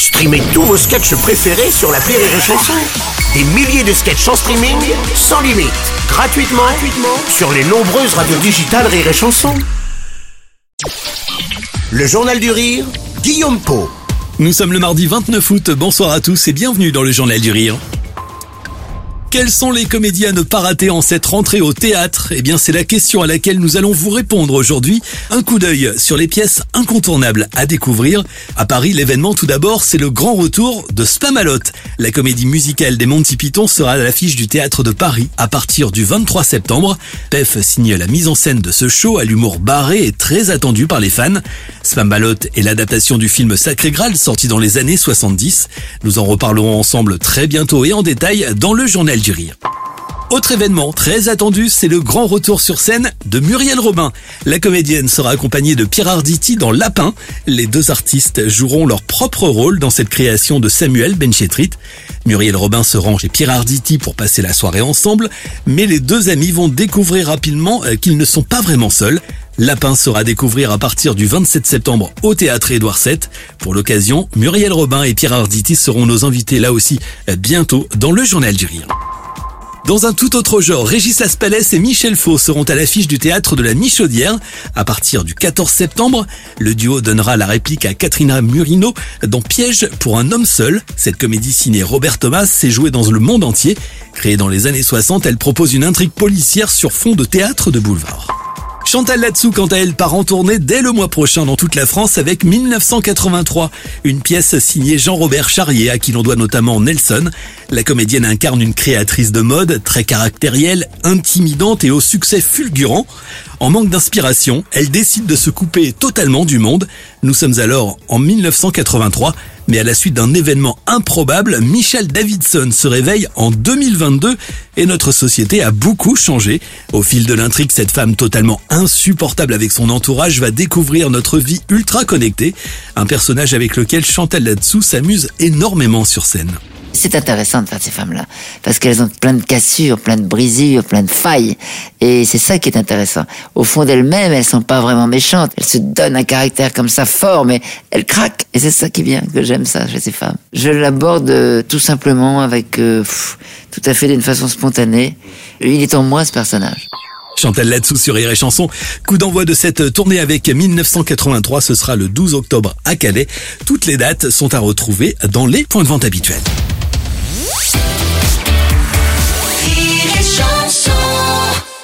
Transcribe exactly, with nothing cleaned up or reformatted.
Streamez tous vos sketchs préférés sur l'appli Rire et Chanson. Des milliers de sketchs en streaming, sans limite, gratuitement, gratuitement sur les nombreuses radios digitales Rire et Chanson. Le Journal du Rire, Guillaume Pau. Nous sommes le mardi vingt-neuf août, bonsoir à tous et bienvenue dans le Journal du Rire. Quels sont les comédies à ne pas rater en cette rentrée au théâtre ? Eh bien, c'est la question à laquelle nous allons vous répondre aujourd'hui. Un coup d'œil sur les pièces incontournables à découvrir. À Paris, l'événement tout d'abord, c'est le grand retour de Spamalot. La comédie musicale des Monty Python sera à l'affiche du Théâtre de Paris à partir du vingt-trois septembre. P E F signe la mise en scène de ce show à l'humour barré et très attendu par les fans. Spamalot est l'adaptation du film Sacré Graal sorti dans les années soixante-dix. Nous en reparlerons ensemble très bientôt et en détail dans le Journal du Rire. Autre événement très attendu, c'est le grand retour sur scène de Muriel Robin. La comédienne sera accompagnée de Pierre Arditi dans Lapin. Les deux artistes joueront leur propre rôle dans cette création de Samuel Benchetrit. Muriel Robin se rend chez Pierre Arditi pour passer la soirée ensemble, mais les deux amis vont découvrir rapidement qu'ils ne sont pas vraiment seuls. Lapin sera à découvrir à partir du vingt-sept septembre au Théâtre Édouard sept. Pour l'occasion, Muriel Robin et Pierre Arditi seront nos invités là aussi bientôt dans le Journal du Rire. Dans un tout autre genre, Régis Laspalès et Michel Faux seront à l'affiche du Théâtre de la Michaudière. À partir du quatorze septembre, le duo donnera la réplique à Katrina Murino dans Piège pour un homme seul. Cette comédie signée Robert Thomas s'est jouée dans le monde entier. Créée dans les années soixante, elle propose une intrigue policière sur fond de théâtre de boulevard. Chantal Latsou, quant à elle, part en tournée dès le mois prochain dans toute la France avec mille neuf cent quatre-vingt-trois, une pièce signée Jean-Robert Charrier, à qui l'on doit notamment Nelson. La comédienne incarne une créatrice de mode, très caractérielle, intimidante et au succès fulgurant. En manque d'inspiration, elle décide de se couper totalement du monde. Nous sommes alors en mille neuf cent quatre-vingt-trois, mais à la suite d'un événement improbable, Michelle Davidson se réveille en deux mille vingt-deux et notre société a beaucoup changé. Au fil de l'intrigue, cette femme totalement insupportable avec son entourage va découvrir notre vie ultra connectée, un personnage avec lequel Chantal Latsou s'amuse énormément sur scène. C'est intéressant de faire ces femmes-là, parce qu'elles ont plein de cassures, plein de brisures, plein de failles, et c'est ça qui est intéressant. Au fond d'elles-mêmes, elles sont pas vraiment méchantes, elles se donnent un caractère comme ça fort, mais elles craquent, et c'est ça qui est bien, que j'aime ça chez ces femmes. Je l'aborde euh, tout simplement avec, euh, pff, tout à fait d'une façon spontanée. Il est en moi ce personnage. Chantal Latsou sur Rire et Chanson. Coup d'envoi de cette tournée avec mille neuf cent quatre-vingt-trois, ce sera le douze octobre à Calais. Toutes les dates sont à retrouver dans les points de vente habituels. Rire et Chanson.